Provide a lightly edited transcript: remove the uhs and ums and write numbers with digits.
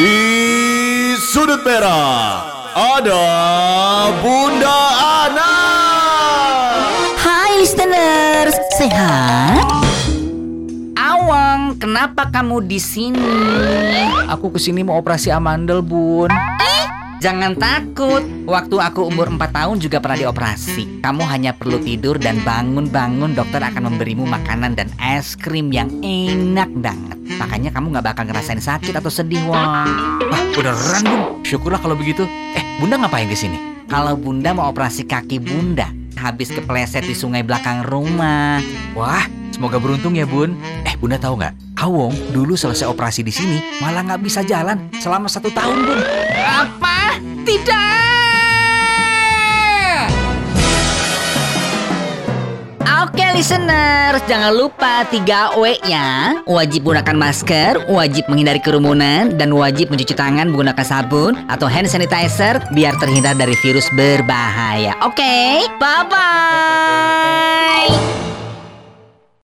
Di sudut merah ada Bunda Ana. Hai listeners, sehat? Awang, kenapa kamu di sini? Aku kesini mau operasi amandel, Bun. Jangan takut, waktu aku umur 4 tahun juga pernah dioperasi. Kamu hanya perlu tidur dan bangun-bangun, dokter akan memberimu makanan dan es krim yang enak banget. Makanya kamu gak bakal ngerasain sakit atau sedih, Wong. Wah, beneran, Bun? Syukurlah kalau begitu. Bunda ngapain di sini? Kalau Bunda mau operasi kaki Bunda, habis kepleset di sungai belakang rumah. Wah, semoga beruntung ya, Bun. Bunda tahu nggak? Awong dulu selesai operasi di sini malah nggak bisa jalan selama 1 tahun, Bun. Apa? Tidak! Oke listeners, jangan lupa 3W-nya. Wajib gunakan masker, wajib menghindari kerumunan, dan wajib mencuci tangan menggunakan sabun atau hand sanitizer biar terhindar dari virus berbahaya. Oke, bye-bye!